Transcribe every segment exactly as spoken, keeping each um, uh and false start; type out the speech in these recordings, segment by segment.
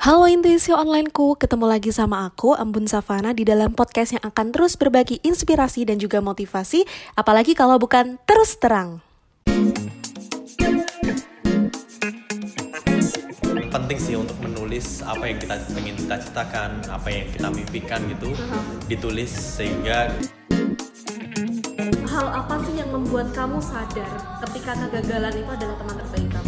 Halo intuisi onlineku, ketemu lagi sama aku, Embun Savana, di dalam podcast yang akan terus berbagi inspirasi dan juga motivasi, apalagi kalau bukan terus terang. Penting sih untuk menulis apa yang kita ingin cita-citakan, apa yang kita mimpikan gitu, uh-huh. ditulis sehingga hal apa sih yang membuat kamu sadar ketika kegagalan itu adalah teman terbaik kamu?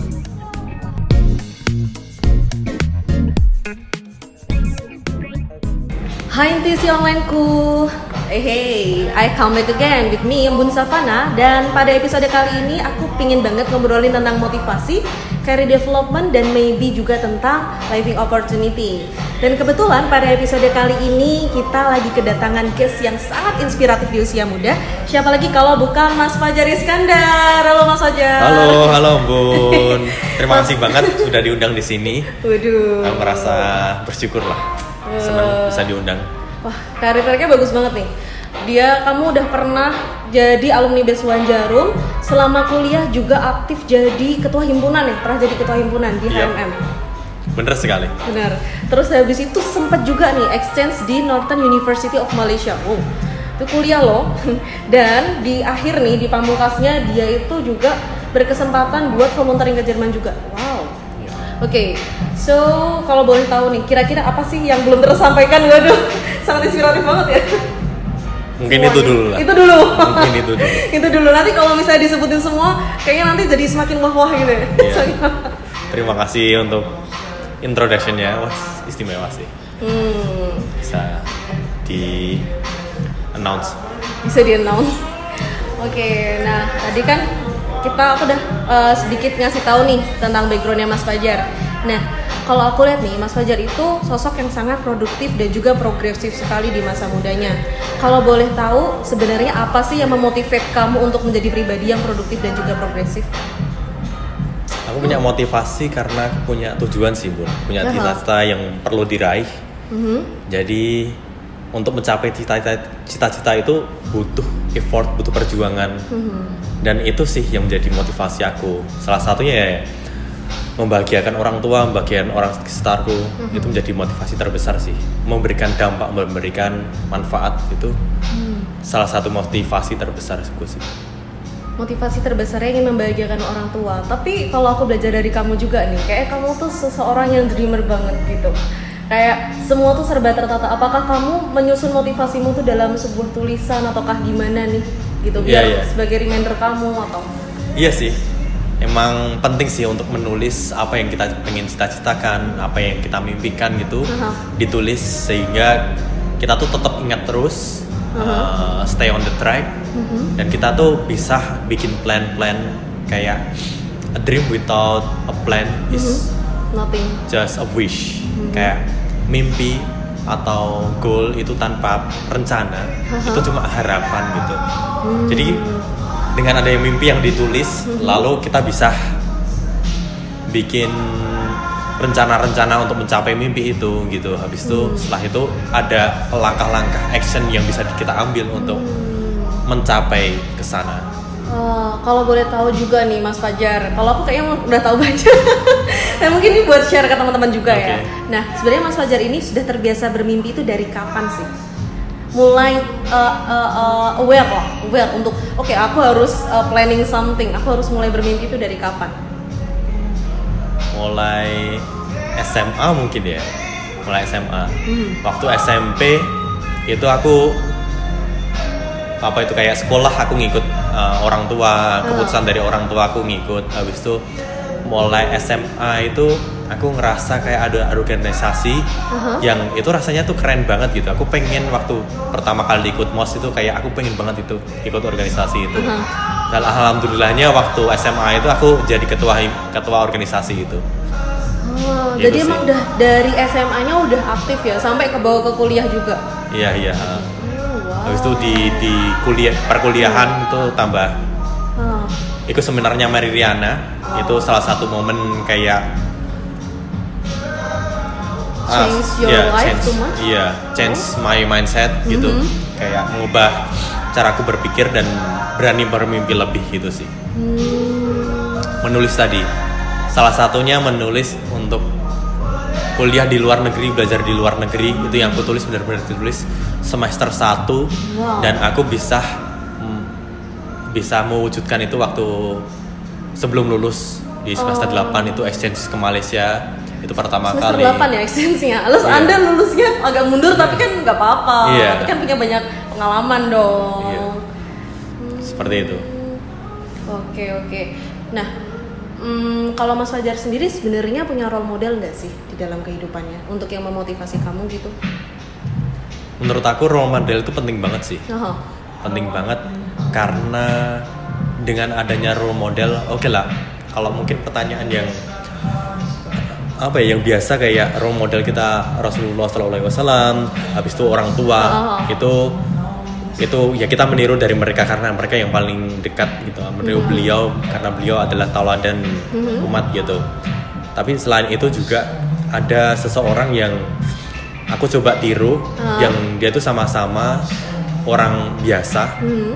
Hai intuisi onlineku, hey hey, I come back again with me Embun Savana. Dan pada episode kali ini aku pingin banget ngobrolin tentang motivasi, career development, dan maybe juga tentang living opportunity. Dan kebetulan pada episode kali ini kita lagi kedatangan guest yang sangat inspiratif di usia muda. Siapa lagi kalau bukan Mas Fajar Iskandar. Halo Mas Fajar. Halo, halo Embun. Terima kasih banget sudah diundang di sini. Waduh. Aku merasa bersyukur lah. Senang bisa diundang. Wah, karir-karirnya bagus banget nih. Dia, kamu udah pernah jadi alumni Besuan Jarum, selama kuliah juga aktif jadi ketua himpunan ya, pernah jadi ketua himpunan di Yep. H M M. Bener sekali. Bener. Terus habis itu sempat juga nih exchange di Northern University of Malaysia. Oh, itu kuliah loh. Dan di akhir nih di pamungkasnya dia itu juga berkesempatan buat volunteering ke Jerman juga. Wow. Oke, okay, so kalau boleh tahu nih, kira-kira apa sih yang belum tersampaikan? Waduh, sangat inspiratif banget ya. Mungkin semuanya. itu dulu lah. Itu dulu. Mungkin itu dulu. Itu dulu. Nanti kalau misalnya disebutin semua, kayaknya nanti jadi semakin wah-wah gitu ya. Yeah. Terima kasih untuk introduction-nya. Wah, istimewa sih. Hmm. Bisa di announce. Bisa di announce. Oke, okay, nah tadi kan kita aku udah uh, sedikit ngasih tahu nih tentang backgroundnya Mas Fajar. Nah, kalau aku lihat nih, Mas Fajar itu sosok yang sangat produktif dan juga progresif sekali di masa mudanya. Kalau boleh tahu, sebenarnya apa sih yang memotivate kamu untuk menjadi pribadi yang produktif dan juga progresif? Aku punya motivasi karena punya tujuan sih, Bun. Punya cita-cita yang perlu diraih. Uh-huh. Jadi untuk mencapai cita-cita, cita-cita itu butuh effort, butuh perjuangan. Uh-huh. Dan itu sih yang menjadi motivasi aku. Salah satunya ya membahagiakan orang tua, membahagiakan orang sekitarku. Uh-huh. Itu menjadi motivasi terbesar sih. Memberikan dampak, memberikan manfaat itu uh-huh. salah satu motivasi terbesar aku sih. Motivasi terbesarnya ingin membahagiakan orang tua. Tapi kalau aku belajar dari kamu juga nih, kayak kamu tuh seseorang yang dreamer banget gitu. Kayak semua tuh serba tertata. Apakah kamu menyusun motivasimu tuh dalam sebuah tulisan ataukah gimana nih? Gitu biar yeah, yeah. sebagai reminder kamu atau? Iya sih, emang penting sih untuk menulis apa yang kita pengen cita-citakan, apa yang kita mimpikan gitu, uh-huh. ditulis sehingga kita tuh tetap ingat terus, uh-huh. uh, stay on the track, uh-huh. dan kita tuh bisa bikin plan-plan kayak a dream without a plan uh-huh. is nothing, just a wish, uh-huh. kayak mimpi atau goal itu tanpa rencana uh-huh. itu cuma harapan gitu. Hmm. Jadi dengan adanya mimpi yang ditulis, hmm. lalu kita bisa bikin rencana-rencana untuk mencapai mimpi itu gitu. Habis itu hmm. setelah itu ada langkah-langkah action yang bisa kita ambil untuk hmm. mencapai ke sana. Uh, kalau boleh tahu juga nih Mas Fajar, kalau aku kayaknya udah tahu banyak. Nah, mungkin ini buat share ke teman-teman juga okay. ya. Nah, sebenarnya Mas Fajar ini sudah terbiasa bermimpi itu dari kapan sih? Mulai uh, uh, uh, aware lah, aware untuk oke okay, aku harus uh, planning something, aku harus mulai bermimpi itu dari kapan? Mulai S M A mungkin ya, mulai S M A. Hmm. Waktu S M P itu aku apa itu kayak sekolah aku ngikut uh, orang tua, keputusan oh. dari orang tua aku ngikut. Habis itu mulai S M A itu aku ngerasa kayak ada organisasi uh-huh. yang itu rasanya tuh keren banget gitu. Aku pengen waktu pertama kali ikut M O S itu kayak aku pengen banget itu ikut organisasi itu. Uh-huh. Dan alhamdulillahnya waktu S M A itu aku jadi ketua ketua organisasi itu. Oh, gitu jadi sih. Emang udah dari S M A-nya udah aktif ya sampai ke bawah ke kuliah juga. Iya iya. Oh, wow. Habis itu di di kuliah perkuliahan hmm. itu tambah. Oh. Ikut seminarnya Mariana. Oh. Itu salah satu momen kayak change your yeah, life change, too much? Iya, yeah, change oh. my mindset gitu. Mm-hmm. Kayak mengubah cara aku berpikir dan berani bermimpi lebih gitu sih. Hmm. Menulis tadi, salah satunya menulis untuk kuliah di luar negeri, belajar di luar negeri. Itu yang aku tulis, benar-benar tulis semester satu. Wow. Dan aku bisa mm, bisa mewujudkan itu waktu sebelum lulus di semester oh. delapan itu exchange ke Malaysia. Itu pertama semester kali. semester delapan ya exchange-nya. Lalu yeah. Anda lulusnya agak mundur tapi kan nggak apa-apa. Yeah. Tapi kan punya banyak pengalaman dong. Yeah. Hmm. Seperti itu. Oke, oke. Nah, hmm, kalau Mas Fajar sendiri sebenarnya punya role model nggak sih di dalam kehidupannya untuk yang memotivasi kamu gitu? Menurut aku role model itu penting banget sih. Oh. Penting banget karena dengan adanya role model, oke okay lah. Kalau mungkin pertanyaan yang apa ya, yang biasa kayak role model kita Rasulullah Shallallahu Alaihi Wasallam, habis itu orang tua, oh. itu itu ya kita meniru dari mereka karena mereka yang paling dekat gitu, meniru mm-hmm. beliau karena beliau adalah tauladan mm-hmm. umat gitu. Tapi selain itu juga ada seseorang yang aku coba tiru, oh. yang dia tuh sama-sama orang biasa mm-hmm.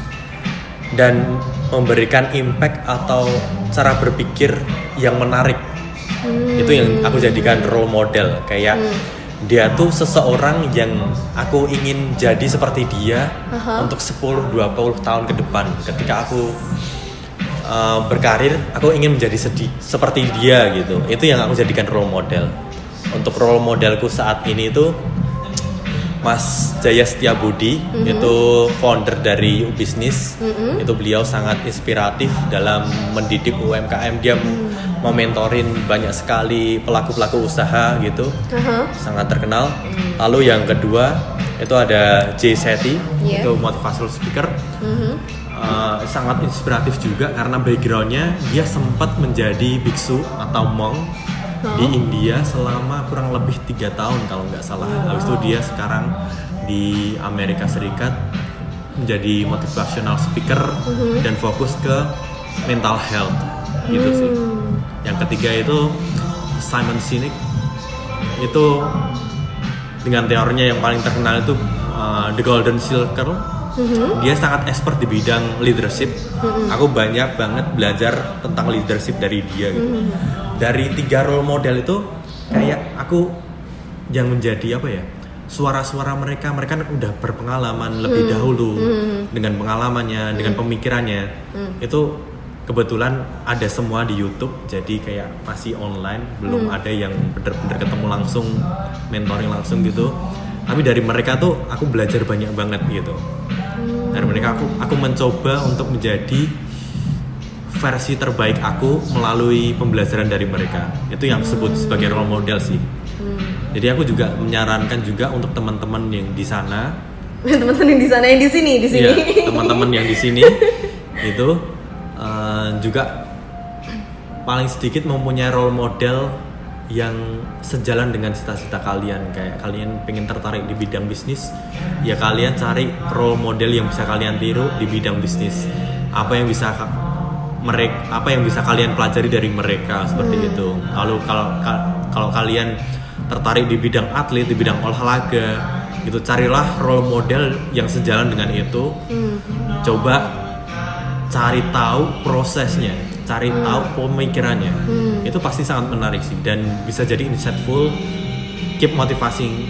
dan memberikan impact atau cara berpikir yang menarik. Hmm. Itu yang aku jadikan role model. Kayak hmm. dia tuh seseorang yang aku ingin jadi seperti dia uh-huh. untuk sepuluh dua puluh tahun ke depan. Ketika aku uh, berkarir, aku ingin menjadi sedi- seperti dia gitu. Itu yang aku jadikan role model. Untuk role modelku saat ini itu Mas Jaya Setiabudi, mm-hmm. itu founder dari U Business. Mm-hmm. Itu beliau sangat inspiratif dalam mendidik U M K M. Dia mm. mementorin banyak sekali pelaku-pelaku usaha gitu, uh-huh. sangat terkenal. Mm. Lalu yang kedua itu ada Jay Shetty, yeah. itu motivational speaker. Mm-hmm. uh, sangat inspiratif juga karena backgroundnya dia sempat menjadi biksu atau monk di India selama kurang lebih tiga tahun kalau nggak salah. Wow. Habis itu dia sekarang di Amerika Serikat menjadi motivational speaker uh-huh. dan fokus ke mental health gitu hmm. sih. Yang ketiga itu Simon Sinek, itu dengan teorinya yang paling terkenal itu uh, The Golden Circle. Uh-huh. Dia sangat expert di bidang leadership. Uh-huh. Aku banyak banget belajar tentang leadership dari dia gitu. Uh-huh. Dari tiga role model itu kayak aku yang menjadi apa ya, suara-suara mereka mereka kan udah berpengalaman lebih hmm. dahulu hmm. dengan pengalamannya, hmm. dengan pemikirannya. hmm. Itu kebetulan ada semua di YouTube, jadi kayak masih online, belum hmm. ada yang benar-benar ketemu langsung, mentoring langsung gitu. Tapi dari mereka tuh aku belajar banyak banget gitu. Dari mereka aku aku mencoba untuk menjadi versi terbaik aku melalui pembelajaran dari mereka. Itu yang disebut sebagai role model sih. Hmm. Jadi aku juga menyarankan juga untuk teman-teman yang di sana, teman-teman yang di sana yang di sini, di sini. Ya, teman-teman yang di sini itu uh, juga paling sedikit mempunyai role model yang sejalan dengan cita-cita kalian. Kayak kalian pengen tertarik di bidang bisnis, ya kalian cari role model yang bisa kalian tiru di bidang bisnis. Apa yang bisa mereka, apa yang bisa kalian pelajari dari mereka seperti hmm. itu. Lalu kalau kalau kalian tertarik di bidang atlet, di bidang olahraga, itu carilah role model yang sejalan dengan itu. Hmm. Coba cari tahu prosesnya, cari hmm. tahu pemikirannya. Hmm. Itu pasti sangat menarik sih dan bisa jadi insightful. Keep motivasi,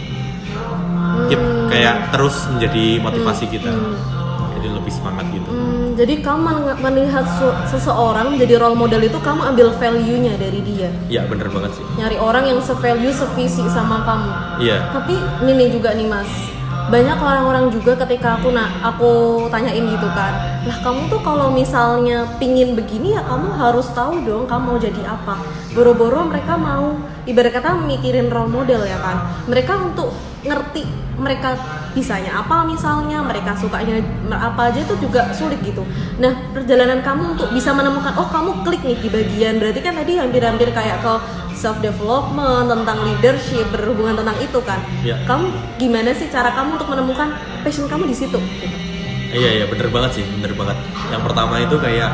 keep hmm. kayak terus menjadi motivasi hmm. kita. Jadi lebih semangat gitu. Hmm, jadi kamu melihat su- seseorang menjadi role model itu kamu ambil value-nya dari dia. Iya benar banget sih. Nyari orang yang se-value, sevisi sama kamu. Iya. Tapi ini juga nih Mas, banyak orang-orang juga ketika aku nah aku tanyain gitu kan, lah kamu tuh kalau misalnya pingin begini ya kamu harus tahu dong kamu mau jadi apa. Boro-boro mereka mau ibarat kata mikirin role model ya kan. Mereka untuk ngerti mereka bisanya apa misalnya, mereka sukanya apa aja itu juga sulit gitu. Nah perjalanan kamu untuk bisa menemukan, oh kamu klik nih di bagian, berarti kan tadi hampir-hampir kayak ke self development, tentang leadership, berhubungan tentang itu kan. Ya. Kamu gimana sih cara kamu untuk menemukan passion kamu di situ? Iya iya bener banget sih, bener banget. Yang pertama itu kayak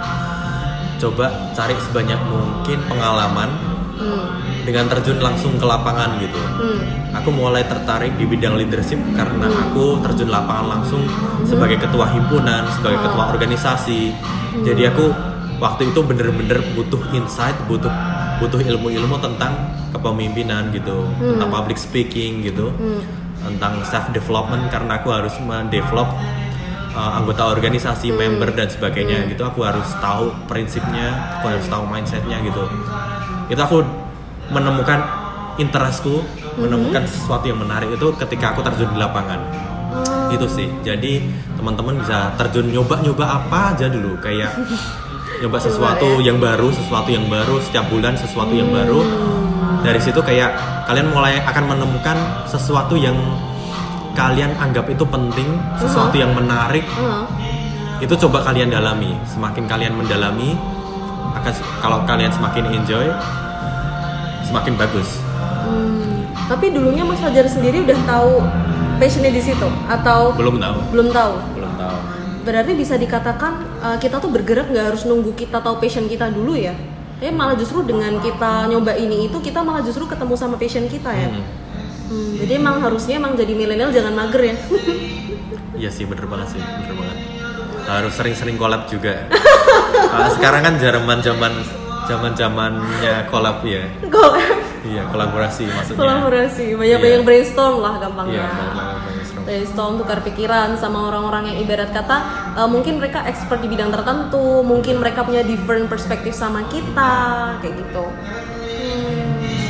coba cari sebanyak mungkin pengalaman hmm. dengan terjun langsung ke lapangan gitu. Hmm. Aku mulai tertarik di bidang leadership karena hmm. aku terjun lapangan langsung hmm. sebagai ketua himpunan, sebagai oh. ketua organisasi. Hmm. Jadi aku waktu itu bener-bener butuh insight, butuh butuh ilmu-ilmu tentang kepemimpinan gitu, Hmm. tentang public speaking gitu, Hmm. tentang self development karena aku harus mendevelop uh, anggota organisasi, Hmm. member dan sebagainya Hmm. gitu. Aku harus tahu prinsipnya, aku harus tahu mindsetnya gitu. Itu aku menemukan interestku, menemukan sesuatu yang menarik itu ketika aku terjun di lapangan. Oh. Itu sih. Jadi teman-teman bisa terjun nyoba-nyoba apa aja dulu, kayak nyoba sesuatu ya. yang baru, sesuatu yang baru setiap bulan, sesuatu yang baru. Dari situ kayak kalian mulai akan menemukan sesuatu yang kalian anggap itu penting, sesuatu yang menarik. Uh-huh. Itu coba kalian dalami. Semakin kalian mendalami, akan kalau kalian semakin enjoy, semakin bagus. Hmm. Tapi dulunya Mas Fajar sendiri udah tahu passionnya di situ atau Belum tahu. belum tahu? Belum tahu. Berarti bisa dikatakan uh, kita tuh bergerak nggak harus nunggu kita tahu passion kita dulu ya. Tapi malah justru dengan kita nyoba ini itu kita malah justru ketemu sama passion kita ya. Hmm. Hmm, jadi emang harusnya emang jadi milenial jangan mager ya. Iya sih, bener banget sih, bener banget. Harus sering-sering collab juga. Nah, sekarang kan zaman-zaman zaman-zamannya collab ya. Collab. Iya, kolaborasi maksudnya. Kolaborasi, banyak-banyak Iya. brainstorm lah gampangnya. Iya, banyak-banyak brainstorm. Brainstorm, tukar pikiran sama orang-orang yang ibarat kata uh, mungkin mereka expert di bidang tertentu, mungkin mereka punya different perspektif sama kita, kayak gitu. Hmm.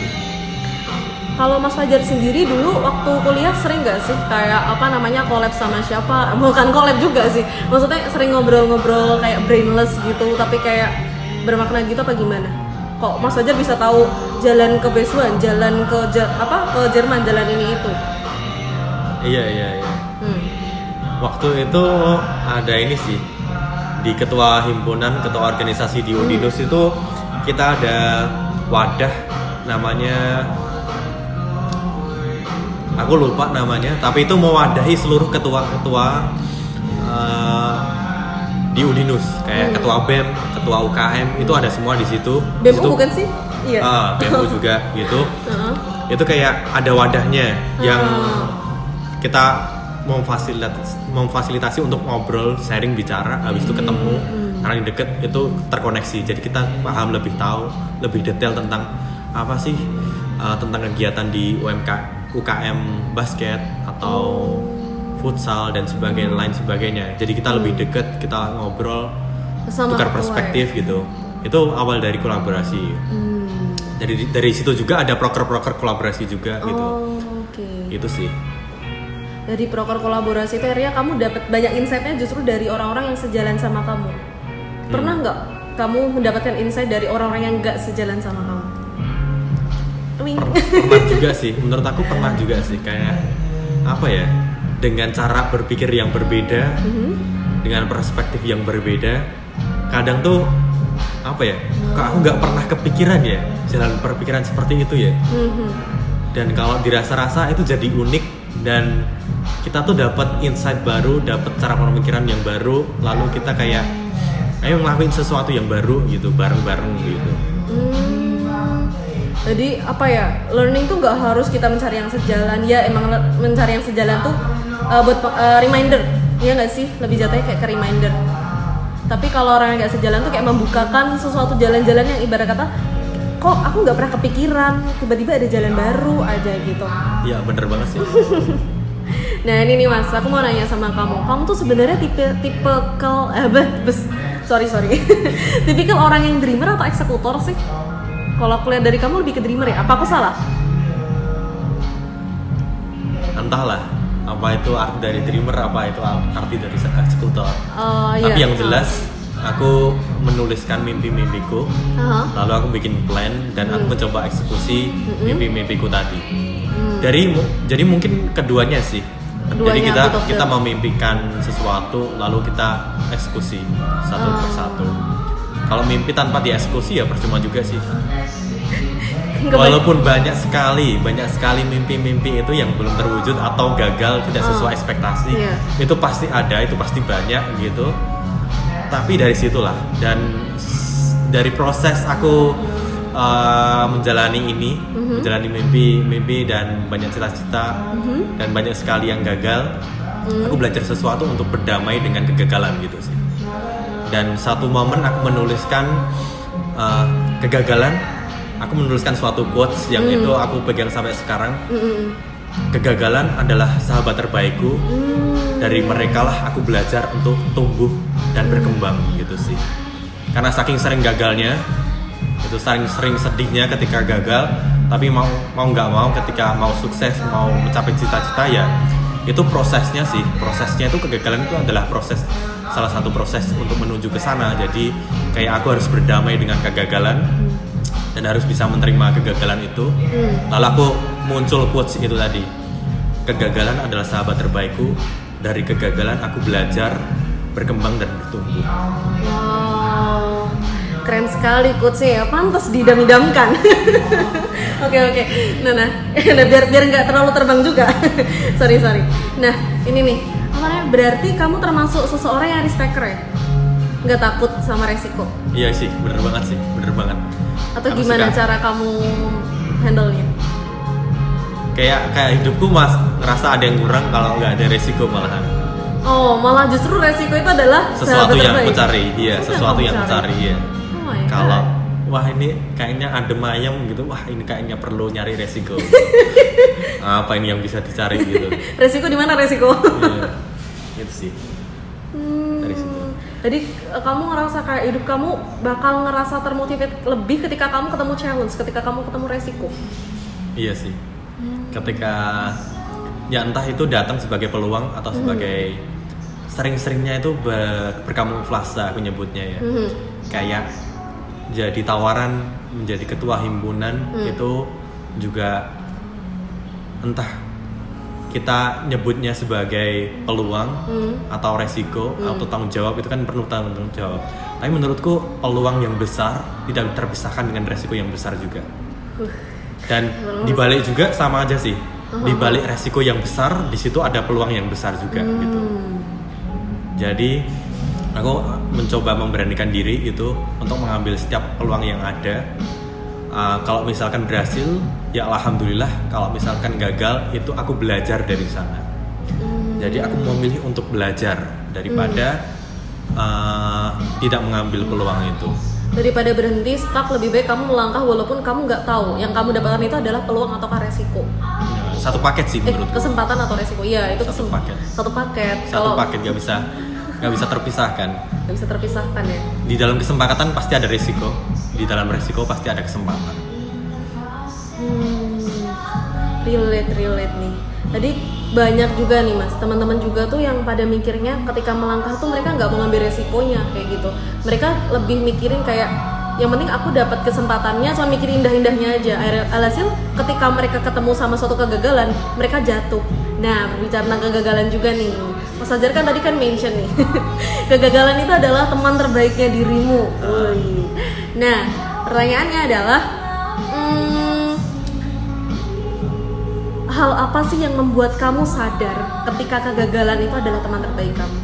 Kalau Mas Fajar sendiri dulu waktu kuliah sering nggak sih kayak apa namanya collab sama siapa? Bukan collab juga sih, maksudnya sering ngobrol-ngobrol kayak brainless gitu, tapi kayak bermakna gitu apa gimana? Kok Mas Fajar bisa tahu jalan ke Besuan, jalan ke Ja- apa ke Jerman, jalan ini itu? Iya, iya, iya. Hmm. Waktu itu ada ini sih, di ketua himpunan, ketua organisasi di Udinus itu kita ada wadah namanya, aku lupa namanya, tapi itu mewadahi seluruh ketua-ketua uh, di Udinus, kayak Hmm. ketua B E M, ketua U K M, itu ada semua di situ. B E M Di situ- bukan sih? Iya. Ah, B E M juga gitu. Heeh. Itu kayak ada wadahnya yang Ah. kita memfasilitasi, memfasilitasi untuk ngobrol, sharing, bicara, habis itu ketemu, karena yang deket itu terkoneksi, jadi kita paham lebih tahu, lebih detail tentang apa sih uh, tentang kegiatan di U M K, U K M basket atau futsal dan sebagainya, lain sebagainya. Jadi kita lebih deket, kita ngobrol, Sama tukar ketua perspektif gitu. Itu awal dari kolaborasi. Hmm. Dari dari situ juga ada proker-proker kolaborasi juga gitu. Oh, oke. Itu sih. Dari proker kolaborasi itu akhirnya kamu dapat banyak insight-nya justru dari orang-orang yang sejalan sama kamu. Pernah nggak kamu mendapatkan insight dari orang-orang yang nggak sejalan sama kamu? Wing. Per- pernah juga sih, menurut aku pernah juga sih, kayak apa ya, dengan cara berpikir yang berbeda, Mhm. dengan perspektif yang berbeda, kadang tuh apa ya, kok aku nggak pernah kepikiran ya jalan berpikiran seperti itu ya. Mhm. Dan kalau dirasa-rasa itu jadi unik dan kita tuh dapat insight baru, dapat cara pemikiran yang baru, lalu kita kayak ayo ngelakuin sesuatu yang baru gitu, bareng-bareng gitu. Hmm. Jadi apa ya, learning tuh nggak harus kita mencari yang sejalan ya, emang le- mencari yang sejalan tuh uh, buat pe- uh, reminder, ya nggak sih, lebih jatuhnya kayak ke reminder. Tapi kalau orang yang nggak sejalan tuh kayak membukakan sesuatu jalan-jalan yang ibarat kata, kok aku nggak pernah kepikiran, tiba-tiba ada jalan baru aja gitu. Iya bener banget sih. Nah ini nih Mas, aku mau nanya sama kamu, kamu tuh sebenarnya tipe tipikal eh bes, sorry sorry, tipikal orang yang dreamer atau eksekutor sih? Kalau aku lihat dari kamu lebih ke dreamer ya, apa aku salah? Entahlah apa itu arti dari dreamer, apa itu arti dari eksekutor. Uh, Tapi iya. yang jelas aku menuliskan mimpi-mimpiku, Aha. lalu aku bikin plan dan aku Hmm. mencoba eksekusi Mm-mm. mimpi-mimpiku tadi. Hmm. Dari mu- jadi mungkin keduanya sih. Keduanya, jadi kita betul, betul. kita memimpikan sesuatu lalu kita eksekusi satu Ah. persatu. Kalau mimpi tanpa dieksekusi ya percuma juga sih. Nggak Walaupun banyak sekali, banyak sekali mimpi-mimpi itu yang belum terwujud atau gagal tidak sesuai Ah. ekspektasi, Iya. itu pasti ada, itu pasti banyak gitu. Tapi dari situlah dan s- dari proses aku uh, menjalani ini, Mhm. menjalani mimpi-mimpi dan banyak cita-cita Mhm. dan banyak sekali yang gagal, Mhm. aku belajar sesuatu untuk berdamai dengan kegagalan gitu sih. Dan satu momen aku menuliskan uh, kegagalan aku menuliskan suatu quotes yang Hmm. itu aku pegang sampai sekarang. Mm-mm. Kegagalan adalah sahabat terbaikku. Hmm. Dari mereka lah aku belajar untuk tumbuh dan berkembang gitu sih. Karena saking sering gagalnya, itu sering-sering sedihnya ketika gagal, tapi mau mau nggak mau ketika mau sukses, mau mencapai cita-cita ya itu prosesnya sih. Prosesnya itu kegagalan itu adalah proses, salah satu proses untuk menuju ke sana. Jadi kayak aku harus berdamai dengan kegagalan dan harus bisa menerima kegagalan itu. Hmm. Lalu aku muncul quotes itu tadi. Kegagalan adalah sahabat terbaikku. Dari kegagalan aku belajar, berkembang dan bertumbuh. Wow, keren sekali quotesnya ya, pantas didam-damkan. Oke oke, nah nah, nah biar biar nggak terlalu terbang juga. sorry sorry. Nah ini nih, apa namanya? Berarti kamu termasuk seseorang yang risk taker ya? Nggak takut sama resiko? Iya sih, bener banget sih, bener banget. Atau Aku gimana suka. cara kamu handle-nya? Kayak kayak hidupku mas ngerasa ada yang kurang kalau nggak ada resiko malahan. Oh, malah justru resiko itu adalah Sesuatu sahabat yang terbaik. aku cari, iya, Itu sesuatu kamu yang aku cari, iya. Oh my God. Kalau wah ini kayaknya adem ayam gitu, wah ini kayaknya perlu nyari resiko. Apa ini yang bisa dicari gitu? Resiko di mana resiko? Iya, gitu sih. Hmm, Dari situ. Jadi eh, kamu ngerasa kayak hidup kamu bakal ngerasa termotivate lebih ketika kamu ketemu challenge, ketika kamu ketemu resiko. Iya sih. Ketika ya entah itu datang sebagai peluang atau sebagai sering-seringnya itu ber, berkamuflase aku nyebutnya ya. Hmm. Kayak jadi tawaran menjadi ketua himpunan itu juga entah kita nyebutnya sebagai peluang atau resiko atau tanggung jawab, itu kan penuh tanggung jawab. Tapi menurutku peluang yang besar tidak terpisahkan dengan resiko yang besar juga. Dan dibalik juga sama aja sih. Dibalik resiko yang besar, di situ ada peluang yang besar juga gitu. Jadi aku mencoba memberanikan diri itu untuk mengambil setiap peluang yang ada. Uh, kalau misalkan berhasil, ya alhamdulillah. Kalau misalkan gagal, itu aku belajar dari sana. Jadi aku memilih untuk belajar daripada uh, tidak mengambil peluang itu. Daripada berhenti stuck, lebih baik kamu melangkah walaupun kamu nggak tahu yang kamu dapatkan itu adalah peluang ataukah resiko. Satu paket sih Eh, menurutku. kesempatan atau resiko? Iya, itu Satu kesem- paket. Satu paket. Satu Kalau paket nggak bisa nggak bisa terpisahkan. nggak bisa terpisahkan ya. Di dalam kesempatan pasti ada resiko. Di dalam resiko pasti ada kesempatan. Hmm, relate relate nih. Tadi banyak juga nih mas, teman-teman juga tuh yang pada mikirnya ketika melangkah tuh mereka nggak mau ngambil resikonya kayak gitu. Mereka lebih mikirin kayak yang penting aku dapat kesempatannya, cuma mikir indah-indahnya aja. Alhasil ketika mereka ketemu sama suatu kegagalan, mereka jatuh. Nah, berbicara tentang kegagalan juga nih, Mas Fajar kan tadi kan mention nih, kegagalan itu adalah teman terbaiknya dirimu. Wih. Nah, pertanyaannya adalah, hmm, hal apa sih yang membuat kamu sadar ketika kegagalan itu adalah teman terbaik kamu?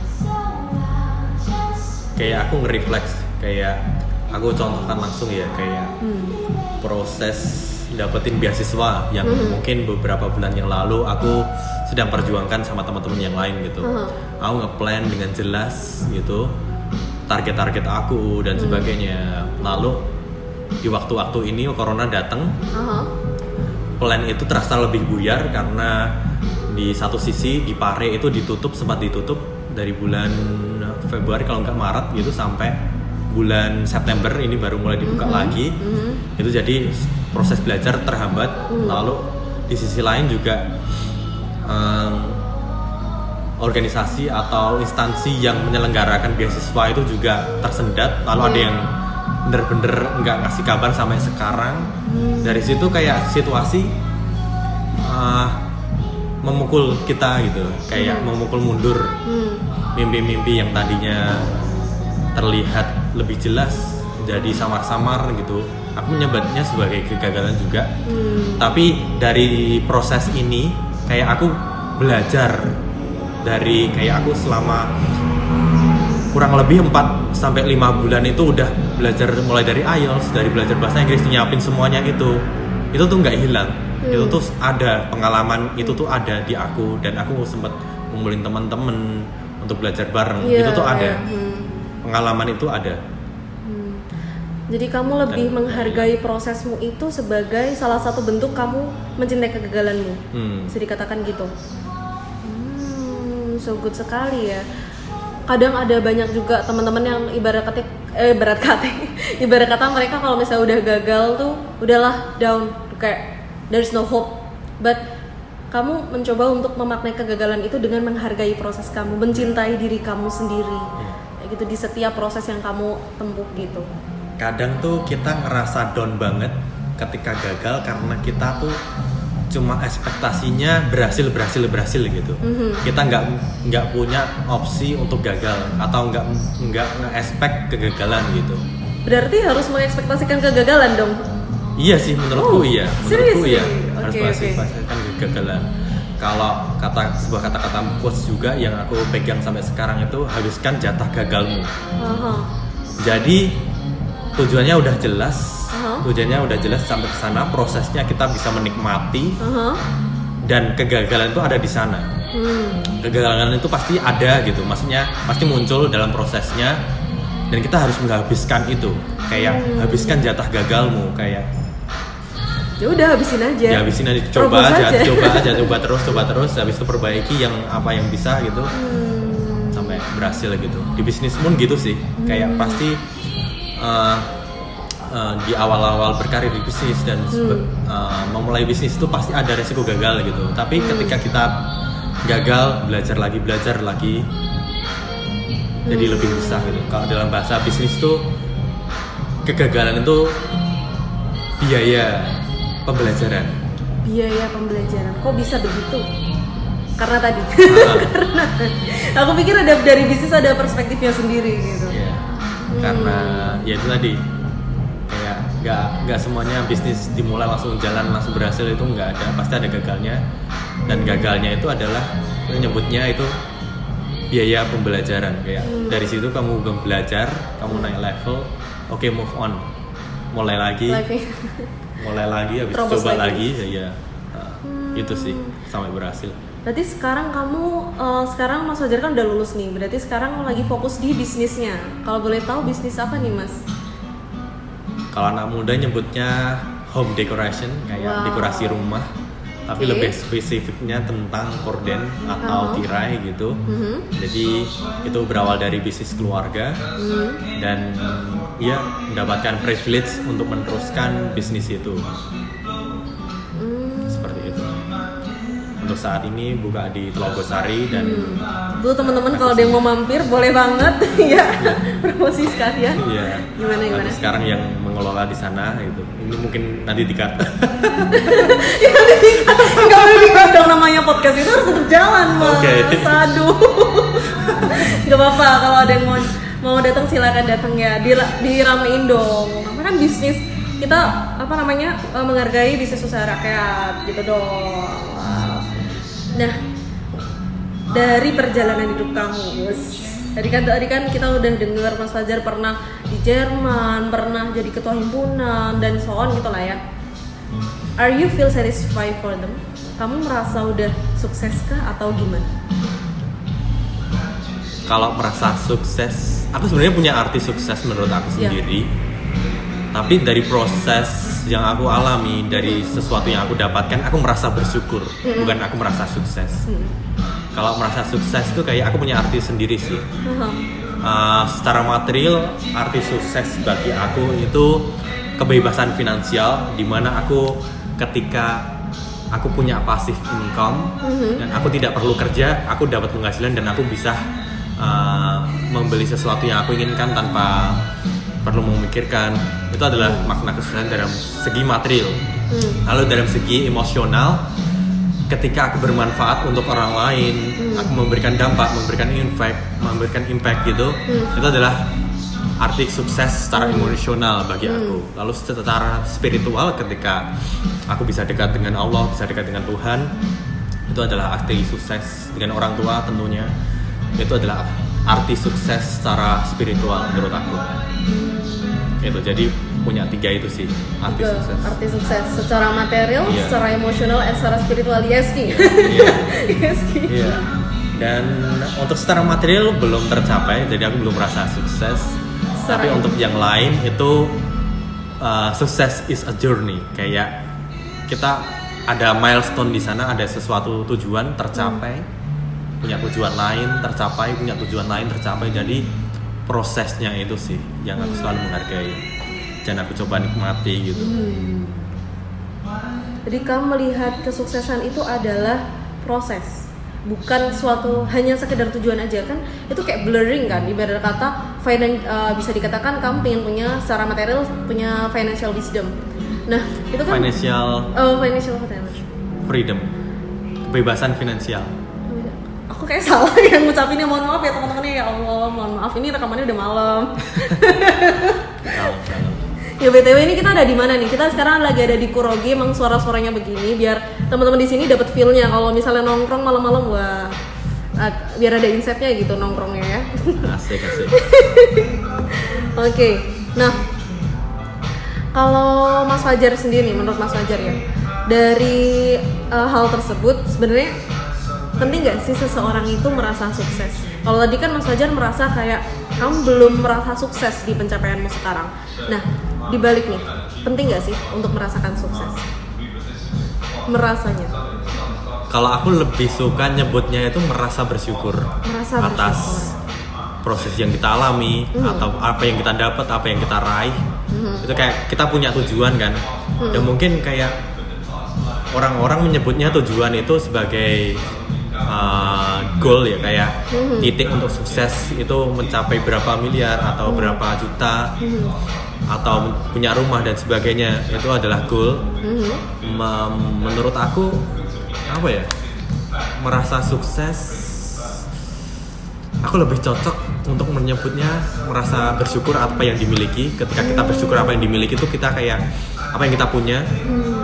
Kayak aku nge-refleks, kayak aku contohkan langsung ya, kayak Hmm. proses dapetin beasiswa yang Hmm. mungkin beberapa bulan yang lalu aku sedang perjuangkan sama teman-teman yang lain gitu. Hmm. Aku nge-plan dengan jelas gitu target-target aku dan sebagainya. Lalu di waktu-waktu ini corona datang, Aha. plan itu terasa lebih buyar karena di satu sisi di Pare itu ditutup, sempat ditutup dari bulan Februari kalau nggak Maret gitu sampai bulan September ini baru mulai dibuka Mhm. lagi. Mhm. Itu jadi proses belajar terhambat. Mhm. Lalu di sisi lain juga em, organisasi atau instansi yang menyelenggarakan beasiswa itu juga tersendat. Lalu ada yang bener-bener nggak ngasih kabar sampai sekarang. Dari situ kayak situasi uh, memukul kita gitu, kayak memukul mundur Hmm. mimpi-mimpi yang tadinya terlihat lebih jelas jadi samar-samar gitu. Aku menyebutnya sebagai kegagalan juga. Hmm. Tapi dari proses ini kayak aku belajar dari kayak aku selama kurang lebih empat sampai lima bulan itu udah belajar mulai dari I E L T S, dari belajar bahasa Inggris, nyiapin semuanya itu. Itu tuh nggak hilang. Hmm. Itu tuh ada pengalaman, itu tuh ada di aku dan aku sempat ngumpulin teman-teman untuk belajar bareng. Iya, itu tuh ada. iya. Hmm. Pengalaman itu ada. Hmm. Jadi kamu lebih Dan, menghargai prosesmu itu sebagai salah satu bentuk kamu mencintai kegagalanmu. Hmm. Bisa dikatakan gitu. Hmm, so good sekali ya. Kadang ada banyak juga teman-teman yang ibarat kata eh ibarat kata ibarat kata mereka kalau misalnya udah gagal tuh udahlah down, kayak there's no hope. But kamu mencoba untuk memaknai kegagalan itu dengan menghargai proses kamu, mencintai diri kamu sendiri. Yeah. Kayak gitu di setiap proses yang kamu tempuh gitu. Kadang tuh kita ngerasa down banget ketika gagal karena kita tuh cuma ekspektasinya berhasil berhasil berhasil gitu. Mm-hmm. Kita nggak nggak punya opsi untuk gagal atau nggak nggak nge-expect kegagalan gitu. Berarti harus mengekspektasikan kegagalan dong? Iya sih menurutku oh, iya, menurutku iya harus okay, mengekspektasikan okay. kegagalan. Kalau kata sebuah kata-kata quotes juga yang aku pegang sampai sekarang itu habiskan jatah gagalmu. Uh-huh. Jadi tujuannya udah jelas, uh-huh. tujuannya udah jelas sampai ke sana, prosesnya kita bisa menikmati, uh-huh. dan kegagalan itu ada di sana. Hmm. Kegagalan itu pasti ada gitu, maksudnya pasti muncul dalam prosesnya, dan kita harus menghabiskan itu, kayak hmm. habiskan jatah gagalmu, kayak ya udah habisin aja. Ya habisin aja, coba aja, aja, coba aja, coba terus, coba terus, habis itu perbaiki yang apa yang bisa gitu, hmm. sampai berhasil gitu. Di bisnis pun gitu sih, hmm. kayak pasti. Uh, uh, di awal-awal berkarir di bisnis dan hmm. uh, memulai bisnis itu pasti ada resiko gagal gitu. Tapi hmm. ketika kita gagal, belajar lagi, belajar lagi, hmm. jadi lebih bisa gitu. Kalau dalam bahasa bisnis itu kegagalan itu biaya pembelajaran. Biaya pembelajaran. Kok bisa begitu? Karena tadi. Uh. Karena aku pikir ada dari bisnis ada perspektifnya sendiri gitu. Yeah. Karena ya itu tadi kayak nggak nggak semuanya bisnis dimulai langsung jalan langsung berhasil, itu nggak ada, pasti ada gagalnya, dan gagalnya itu adalah menyebutnya itu biaya pembelajaran. Kayak hmm. dari situ kamu belajar, kamu naik level, oke okay, move on, mulai lagi mulai lagi habis Terobos coba lagi, lagi ya, ya. Nah, hmm. itu sih sampai berhasil. Berarti sekarang kamu, uh, sekarang Mas Fajar kan udah lulus nih, berarti sekarang lagi fokus di bisnisnya. Kalau boleh tahu bisnis apa nih Mas? Kalau anak muda nyebutnya home decoration, kayak wow. dekorasi rumah. Tapi okay. lebih spesifiknya tentang korden atau uh-huh. tirai gitu. Uh-huh. Jadi itu berawal dari bisnis keluarga. Uh-huh. Dan ya mendapatkan privilege untuk meneruskan bisnis itu. Untuk saat ini buka di Telogosari dan hmm. Tuh teman-teman kalau ada yang mau mampir boleh banget ya promosi sekalian. Iya. Gimana gimana? Nanti sekarang yang mengelola di sana gitu. Ini mungkin nanti dikat. Ya nanti dikat. Enggak boleh dikat dong, namanya podcast itu harus tetap jalan Mas. Okay. Aduh. Gak apa-apa kalau ada yang mau mau datang silakan datang ya. Diramein dong. Karena kan bisnis kita apa namanya menghargai bisnis usaha rakyat gitu dong. Nah, dari perjalanan hidup kamu, tadi kan tadi kan kita udah dengar Mas Fajar pernah di Jerman, pernah jadi ketua himpunan dan so on gitu lah ya. Are you feel satisfied for them? Kamu merasa udah sukses kah atau gimana? Kalau merasa sukses, aku sebenarnya punya arti sukses menurut aku sendiri. Ya. Tapi dari proses yang aku alami, dari sesuatu yang aku dapatkan, aku merasa bersyukur, mm-hmm. bukan aku merasa sukses. Mm-hmm. Kalau merasa sukses itu kayak aku punya arti sendiri sih. Mm-hmm. Uh, secara material, arti sukses bagi aku itu kebebasan finansial, di mana aku ketika aku punya passive income mm-hmm. dan aku tidak perlu kerja, aku dapat penghasilan dan aku bisa uh, membeli sesuatu yang aku inginkan tanpa perlu memikirkan. Itu adalah hmm. makna kesuksesan dalam segi material. hmm. Lalu dalam segi emosional, ketika aku bermanfaat untuk orang lain, hmm. aku memberikan dampak, memberikan impact, memberikan impact gitu, hmm. itu adalah arti sukses secara hmm. emosional bagi hmm. aku. Lalu secara spiritual, ketika aku bisa dekat dengan Allah, bisa dekat dengan Tuhan, itu adalah arti sukses. Dengan orang tua tentunya, itu adalah arti sukses secara spiritual menurut aku. Itu jadi punya tiga itu sih arti tiga, sukses. Arti sukses secara material, yeah. secara emosional, dan secara spiritual. Yes ki. Iya. Yes ki. Iya. Dan untuk secara material belum tercapai, jadi aku belum merasa sukses. Secara tapi untuk yang lain itu uh, sukses is a journey. Kayak kita ada milestone di sana, ada sesuatu tujuan tercapai, hmm. punya tujuan lain tercapai, punya tujuan lain tercapai. Jadi prosesnya itu sih yang aku selalu menghargai dan aku coba nikmati gitu. Hmm. Jadi kamu melihat kesuksesan itu adalah proses, bukan suatu hanya sekedar tujuan aja kan? Itu kayak blurring kan, ibarat kata finan, uh, bisa dikatakan kamu pengen punya secara material punya financial wisdom. Nah itu kan financial, oh, financial freedom, kebebasan finansial. Aku kayak salah yang ngucapinnya, mohon maaf ya teman-temannya, ya Allah mohon maaf, ini rekamannya udah malam. Salam, salam. Ya B T W ini kita ada di mana nih? Kita sekarang lagi ada di Kurogi, emang suara-suaranya begini biar teman-teman di sini dapat feel-nya kalau misalnya nongkrong malam-malam, wah uh, biar ada insight-nya gitu nongkrongnya ya. Asik asik. Oke, okay. Nah kalau Mas Fajar sendiri, menurut Mas Fajar ya, dari uh, hal tersebut sebenarnya penting nggak sih seseorang itu merasa sukses? Kalau tadi kan Mas Fajar merasa kayak kamu belum merasa sukses di pencapaianmu sekarang. Nah, dibalik nih, penting nggak sih untuk merasakan sukses? Merasanya? Kalau aku lebih suka nyebutnya itu merasa bersyukur, merasa atas bersyukur. Proses yang kita alami, mm. atau apa yang kita dapat, apa yang kita raih. Mm. Itu kayak kita punya tujuan kan. Mm. Dan mungkin kayak orang-orang menyebutnya tujuan itu sebagai Uh, goal ya, kayak mm-hmm. titik untuk sukses itu mencapai berapa miliar atau mm-hmm. berapa juta mm-hmm. atau punya rumah dan sebagainya, itu adalah goal. Mm-hmm. M- menurut aku apa ya, merasa sukses aku lebih cocok untuk menyebutnya merasa bersyukur apa yang dimiliki. Ketika kita bersyukur apa yang dimiliki itu kita kayak apa yang kita punya mm-hmm.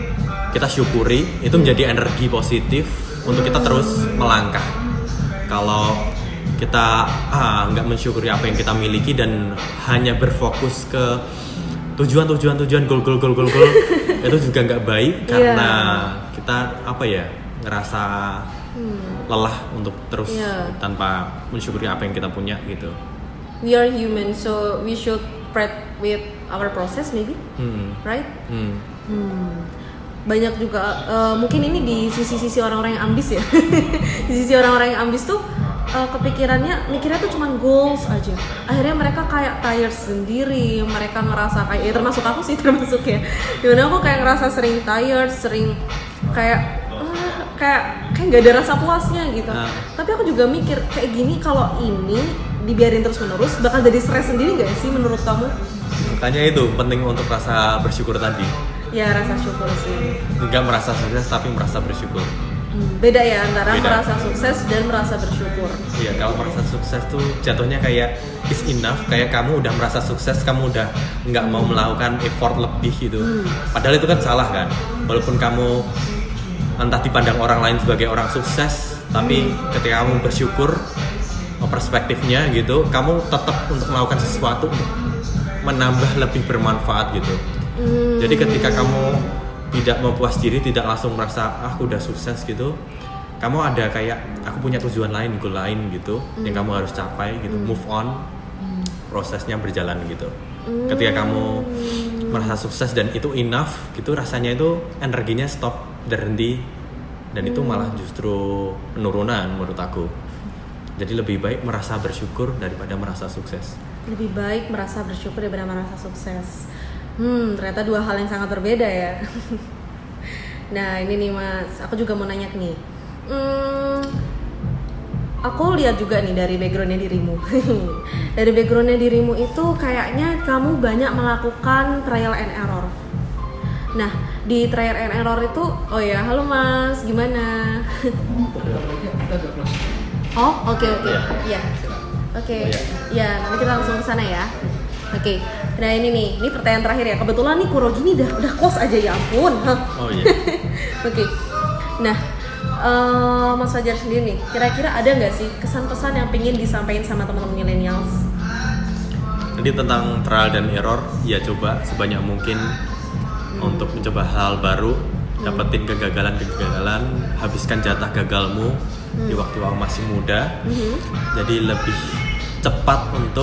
kita syukuri, itu menjadi energi positif untuk kita terus melangkah. Kalau kita ah, nggak mensyukuri apa yang kita miliki dan hanya berfokus ke tujuan-tujuan-tujuan goal-goal-goal-goal itu juga nggak baik, karena yeah. kita apa ya ngerasa hmm. lelah untuk terus yeah. tanpa mensyukuri apa yang kita punya gitu. We are human, so we should spread with our process maybe, hmm. right? Hmm. Hmm. Banyak juga uh, mungkin ini di sisi-sisi orang-orang yang ambis ya. Di sisi orang-orang yang ambis tuh uh, kepikirannya mikirnya tuh cuman goals aja. Akhirnya mereka kayak tired sendiri, mereka ngerasa kayak ya termasuk aku sih termasuk ya. Dimana aku kayak ngerasa sering tired, sering kayak uh, kayak kayak nggak ada rasa puasnya gitu. Nah. Tapi aku juga mikir kayak gini, kalau ini dibiarin terus-menerus bakal jadi stres sendiri nggak sih menurut kamu? Makanya itu penting untuk rasa bersyukur tadi. Ya rasa syukur sih. Enggak merasa sukses tapi merasa bersyukur. Hmm, beda ya antara beda. Merasa sukses dan merasa bersyukur. Iya, kalau merasa sukses tuh jatuhnya kayak is enough, kayak kamu udah merasa sukses, kamu udah nggak mau melakukan effort lebih gitu. Hmm. Padahal itu kan salah kan. Walaupun kamu entah dipandang orang lain sebagai orang sukses, tapi hmm. ketika kamu bersyukur perspektifnya gitu, kamu tetap untuk melakukan sesuatu untuk menambah lebih bermanfaat gitu. Hmm. Jadi ketika kamu tidak mempuas diri, tidak langsung merasa ah, aku udah sukses gitu, kamu ada kayak aku punya tujuan lain, goal lain gitu hmm. yang kamu harus capai gitu, hmm. move on, hmm. prosesnya berjalan gitu. Hmm. Ketika kamu merasa sukses dan itu enough gitu, rasanya itu energinya stop, berhenti, dan hmm. itu malah justru penurunan menurut aku. Jadi lebih baik merasa bersyukur daripada merasa sukses. Lebih baik merasa bersyukur daripada merasa sukses. Hmm, ternyata dua hal yang sangat berbeda ya. Nah ini nih Mas, aku juga mau nanya nih. Hmm, aku lihat juga nih dari backgroundnya dirimu. Dari backgroundnya dirimu itu kayaknya kamu banyak melakukan trial and error. Nah di trial and error itu, oh ya, halo Mas, gimana? Oh oke okay, oke, okay. ya, oke, okay. ya nanti kita langsung ke sana ya. Oke, okay. Nah ini nih, ini pertanyaan terakhir ya. Kebetulan nih Kurogi ini udah udah close aja ya ampun. Oh iya. Oke, okay. Nah uh, Mas Fajar sendiri nih, kira-kira ada nggak sih kesan-pesan yang pengen disampaikan sama teman-teman millennials? Jadi tentang trial dan error, ya coba sebanyak mungkin hmm. untuk mencoba hal baru, hmm. dapetin kegagalan-kegagalan, habiskan jatah gagalmu hmm. di waktu kamu masih muda. Hmm. Jadi lebih cepat untuk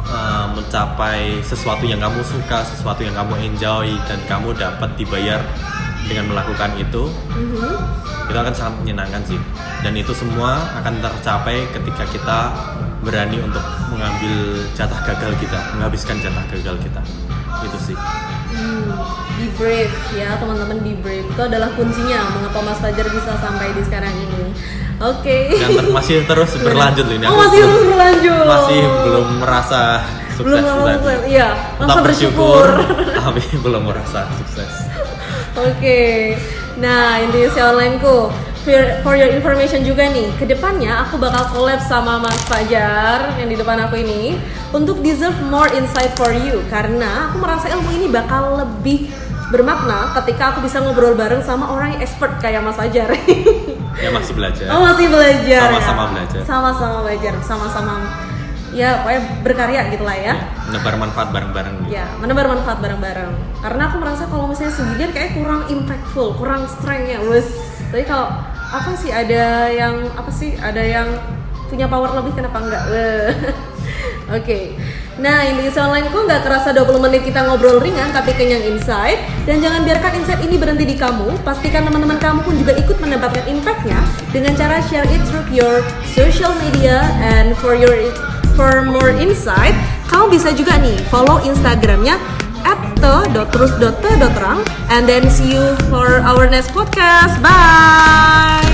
uh, mencapai sesuatu yang kamu suka, sesuatu yang kamu enjoy dan kamu dapat dibayar dengan melakukan itu, mm-hmm. itu akan sangat menyenangkan sih. Dan itu semua akan tercapai ketika kita berani untuk mengambil jatah gagal kita, menghabiskan jatah gagal kita. Itu sih. Hmm, be brave ya teman-teman, be brave itu adalah kuncinya mengapa Mas Fajar bisa sampai di sekarang ini. Oke. Okay. Dan ter- masih terus berlanjut ini. Oh masih terus berlanjut. Masih belum merasa sukses. Belum merasa, iya. Merasa bersyukur, tapi belum merasa sukses. Oke. Okay. Nah Indonesia Online-ku, for, for your information juga nih, kedepannya aku bakal collab sama Mas Fajar yang di depan aku ini untuk deserve more insight for you, karena aku merasa ilmu ini bakal lebih bermakna ketika aku bisa ngobrol bareng sama orang yang expert kayak Mas Fajar. Ya masih belajar. Oh masih belajar. Sama-sama ya? belajar. Sama-sama belajar, sama-sama ya pokoknya berkarya gitu lah ya. Ya menebar manfaat bareng-bareng. Ya menebar manfaat bareng-bareng. Karena aku merasa kalau misalnya sendirian kayak kurang impactful, kurang strength ya, wes. Tapi kalau apa sih ada yang apa sih ada yang punya power lebih, kenapa enggak? Oke. Okay. Nah, Indonesia Online ku nggak kerasa dua puluh menit kita ngobrol ringan tapi kenyang insight. Dan jangan biarkan insight ini berhenti di kamu. Pastikan teman-teman kamu pun juga ikut mendapatkan impact-nya dengan cara share it through your social media. And for your for more insight, kamu bisa juga nih follow Instagramnya at te dot terus dot te dot terang. And then see you for our next podcast. Bye.